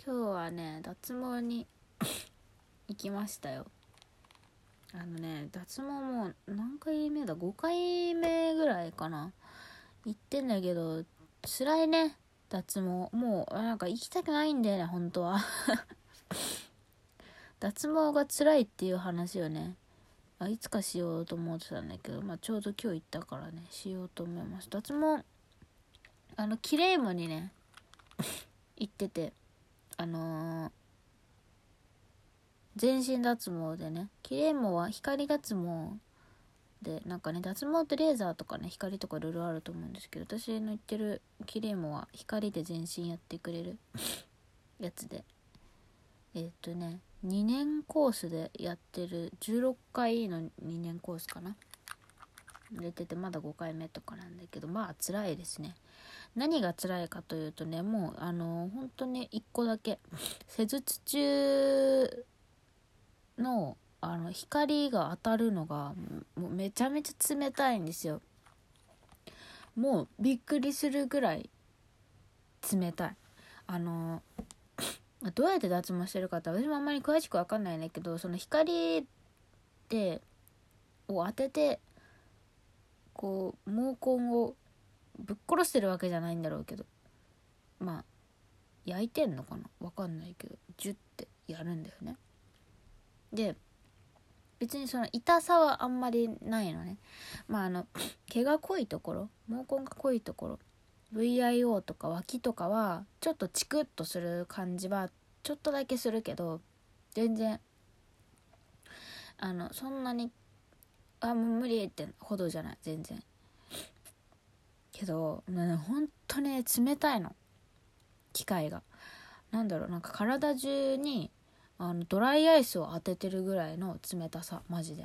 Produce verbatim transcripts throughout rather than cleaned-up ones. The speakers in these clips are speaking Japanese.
今日はね脱毛に行きましたよ。あのね脱毛もう何回目だごかいめぐらいかな行ってんだけど、辛いね脱毛。もうなんか行きたくないんだよね本当は脱毛が辛いっていう話をねあいつかしようと思ってたんだけど、まあ、ちょうど今日行ったからねしようと思います。脱毛あのキレイモにね行ってて、あのー、全身脱毛でね、キレイモは光脱毛で、なんかね脱毛ってレーザーとかね光とかいろいろあると思うんですけど、私の言ってるキレイモは光で全身やってくれるやつで、えー、っとねにねんコースでやってるじゅうろっかいのにねんコースかな出てて、まだごかいめとかなんだけど、まあ辛いですね。何が辛いかというとね、もうあの本当にいっこだけ施術中のあの光が当たるのがもうめちゃめちゃ冷たいんですよ。もうびっくりするぐらい冷たい。あのどうやって脱毛してるかって私もあんまり詳しく分かんないんだけど、その光でを当ててこう毛根をぶっ殺してるわけじゃないんだろうけど、まあ焼いてんのかな分かんないけど、ジュッてやるんだよね。で別にその痛さはあんまりないのね。まああの毛が濃いところ、毛根が濃いところ ブイアイオー とか脇とかはちょっとチクッとする感じはちょっとだけするけど、全然あのそんなにあもう無理ってほどじゃない全然。けどねほんとね冷たいの機械が。なんだろう、なんか体中にあのドライアイスを当ててるぐらいの冷たさマジで。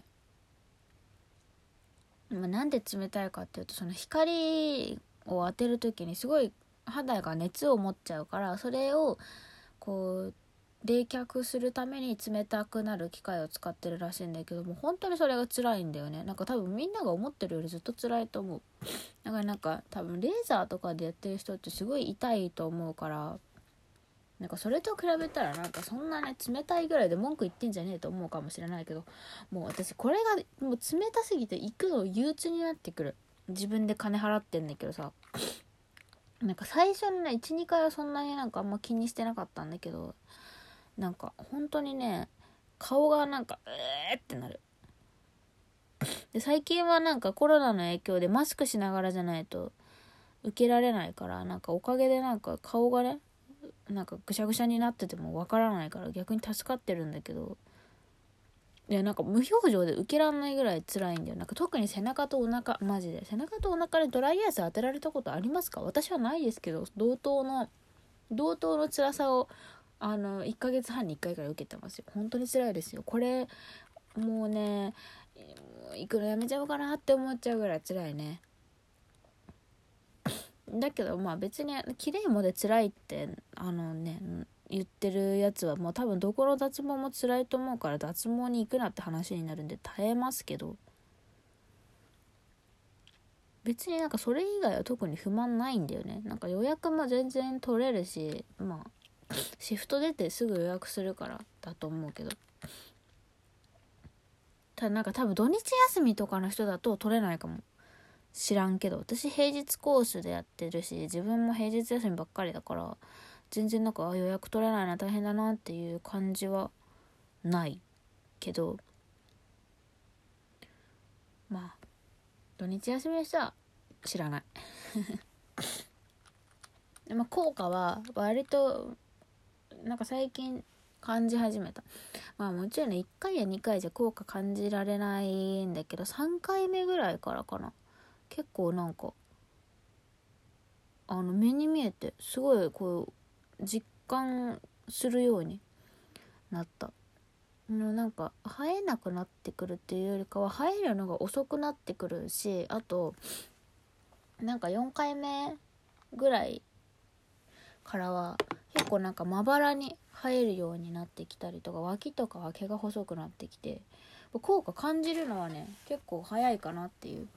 なんで冷たいかっていうと、その光を当てる時にすごい肌が熱を持っちゃうから、それをこう冷却するために冷たくなる機械を使ってるらしいんだけども、本当にそれが辛いんだよね。なんか多分みんなが思ってるよりずっと辛いと思う。だからなんか多分レーザーとかでやってる人ってすごい痛いと思うから、なんかそれと比べたらなんかそんなね冷たいぐらいで文句言ってんじゃねえと思うかもしれないけど、もう私これがもう冷たすぎて行くの憂鬱になってくる。自分で金払ってんだけどさ、なんか最初のね いち,に 回はそんなになんかあんま気にしてなかったんだけど、なんか本当にね顔がなんかうーってなる。で最近はなんかコロナの影響でマスクしながらじゃないと受けられないから、なんかおかげでなんか顔がねなんかぐしゃぐしゃになっててもわからないから逆に助かってるんだけど、いやなんか無表情で受けらんないぐらい辛いんだよ。なんか特に背中とお腹、マジで背中とお腹でドライアイス当てられたことありますか？私はないですけど、同等の同等の辛さをあのいっかげつはんにいっかいから受けてますよ。本当に辛いですよこれ。もうねいくらやめちゃおうかなって思っちゃうぐらい辛いね。だけどまあ別に綺麗もで辛いってあのね言ってるやつはもう多分どこの脱毛も辛いと思うから脱毛に行くなって話になるんで耐えますけど、別になんかそれ以外は特に不満ないんだよね。なんか予約も全然取れるし、まあシフト出てすぐ予約するからだと思うけど、ただなんか多分土日休みとかの人だと取れないかも知らんけど、私平日コースでやってるし自分も平日休みばっかりだから全然なんか予約取れないな大変だなっていう感じはないけど、まあ土日休みの人は知らないでも効果は割となんか最近感じ始めた。まあもちろんねいっかいやにかいじゃ効果感じられないんだけど、さんかいめぐらいからかな結構なんかあの目に見えてすごいこう実感するようになった。なんか生えなくなってくるっていうよりかは生えるのが遅くなってくるし、あとなんかよんかいめぐらいからは結構なんかまばらに生えるようになってきたりとか、脇とかは毛が細くなってきて効果感じるのはね結構早いかなっていう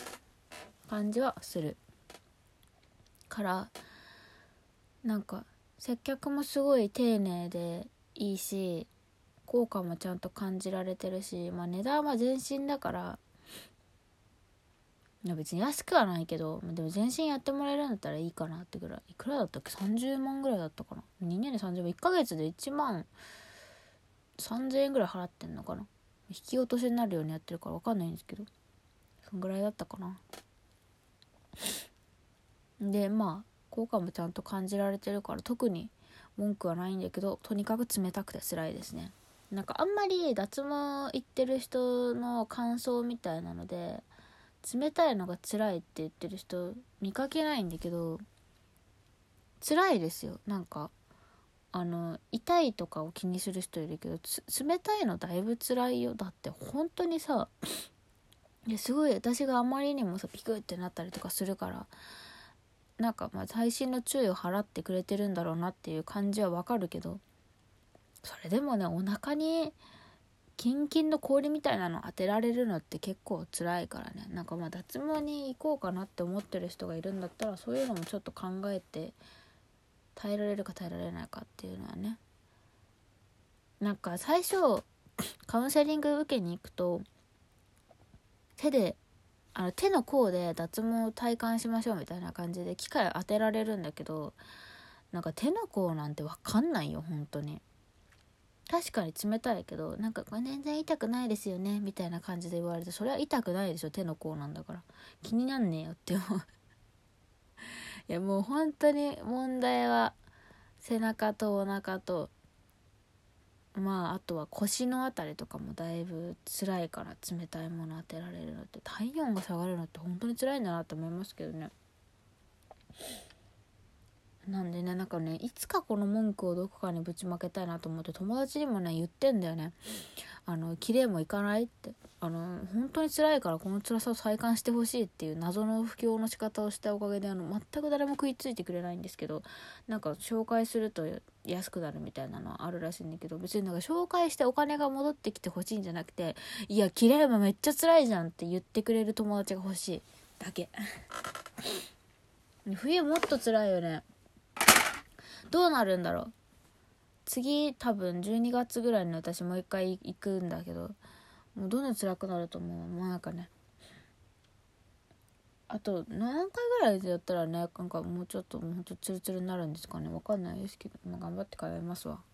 感じはするから、なんか接客もすごい丁寧でいいし、効果もちゃんと感じられてるし、まあ値段は全身だから、いや別に安くはないけど、でも全身やってもらえるんだったらいいかなってぐらい。いくらだったっけ、さんじゅうまんぐらいだったかな。にねんでさんじゅうまん、いっかげつでいちまんさんぜんえんぐらい払ってんのかな。引き落としになるようにやってるから分かんないんですけど、そんぐらいだったかな。でまあ効果もちゃんと感じられてるから特に文句はないんだけど、とにかく冷たくて辛いですね。なんかあんまり脱毛行ってる人の感想みたいなので、冷たいのが辛いって言ってる人見かけないんだけど、辛いですよ。なんかあの痛いとかを気にする人いるけど、冷たいのだいぶ辛いよ。だって本当にさ、いやすごい私があまりにもさピクってなったりとかするから、なんかまあ細心の注意を払ってくれてるんだろうなっていう感じはわかるけど、それでもね、お腹にキンキンの氷みたいなの当てられるのって結構辛いからね。なんかまあ脱毛に行こうかなって思ってる人がいるんだったら、そういうのもちょっと考えて耐えられるか耐えられないかっていうのはね。なんか最初カウンセリング受けに行くと、手であの手の甲で脱毛を体感しましょうみたいな感じで機械当てられるんだけど、なんか手の甲なんて分かんないよ本当に。確かに冷たいけど、なんか全然痛くないですよねみたいな感じで言われて、それは痛くないでしょ、手の甲なんだから。気になんねえよって思ういやもう本当に問題は背中とお腹と、まああとは腰のあたりとかもだいぶ辛いから、冷たいもの当てられるのって、体温が下がるのって本当に辛いんだなと思いますけどね。なんでね、なんかね、いつかこの文句をどこかにぶちまけたいなと思って、友達にもね言ってんだよね。あの綺麗もいかないって、あの本当に辛いからこの辛さを再感してほしいっていう謎の布教の仕方をしたおかげで、あの全く誰も食いついてくれないんですけど、なんか紹介すると安くなるみたいなのはあるらしいんだけど、別になんか紹介してお金が戻ってきてほしいんじゃなくて、いや綺麗もめっちゃ辛いじゃんって言ってくれる友達が欲しいだけ冬もっと辛いよね。どうなるんだろう。次多分じゅうにがつぐらいに私もう一回行くんだけど、もうどんどん辛くなると思う。もうなんかね、あと何回ぐらいでやったらね、なんかもうちょっともうちょっとツルツルになるんですかね、わかんないですけど、まあ、頑張って通いますわ。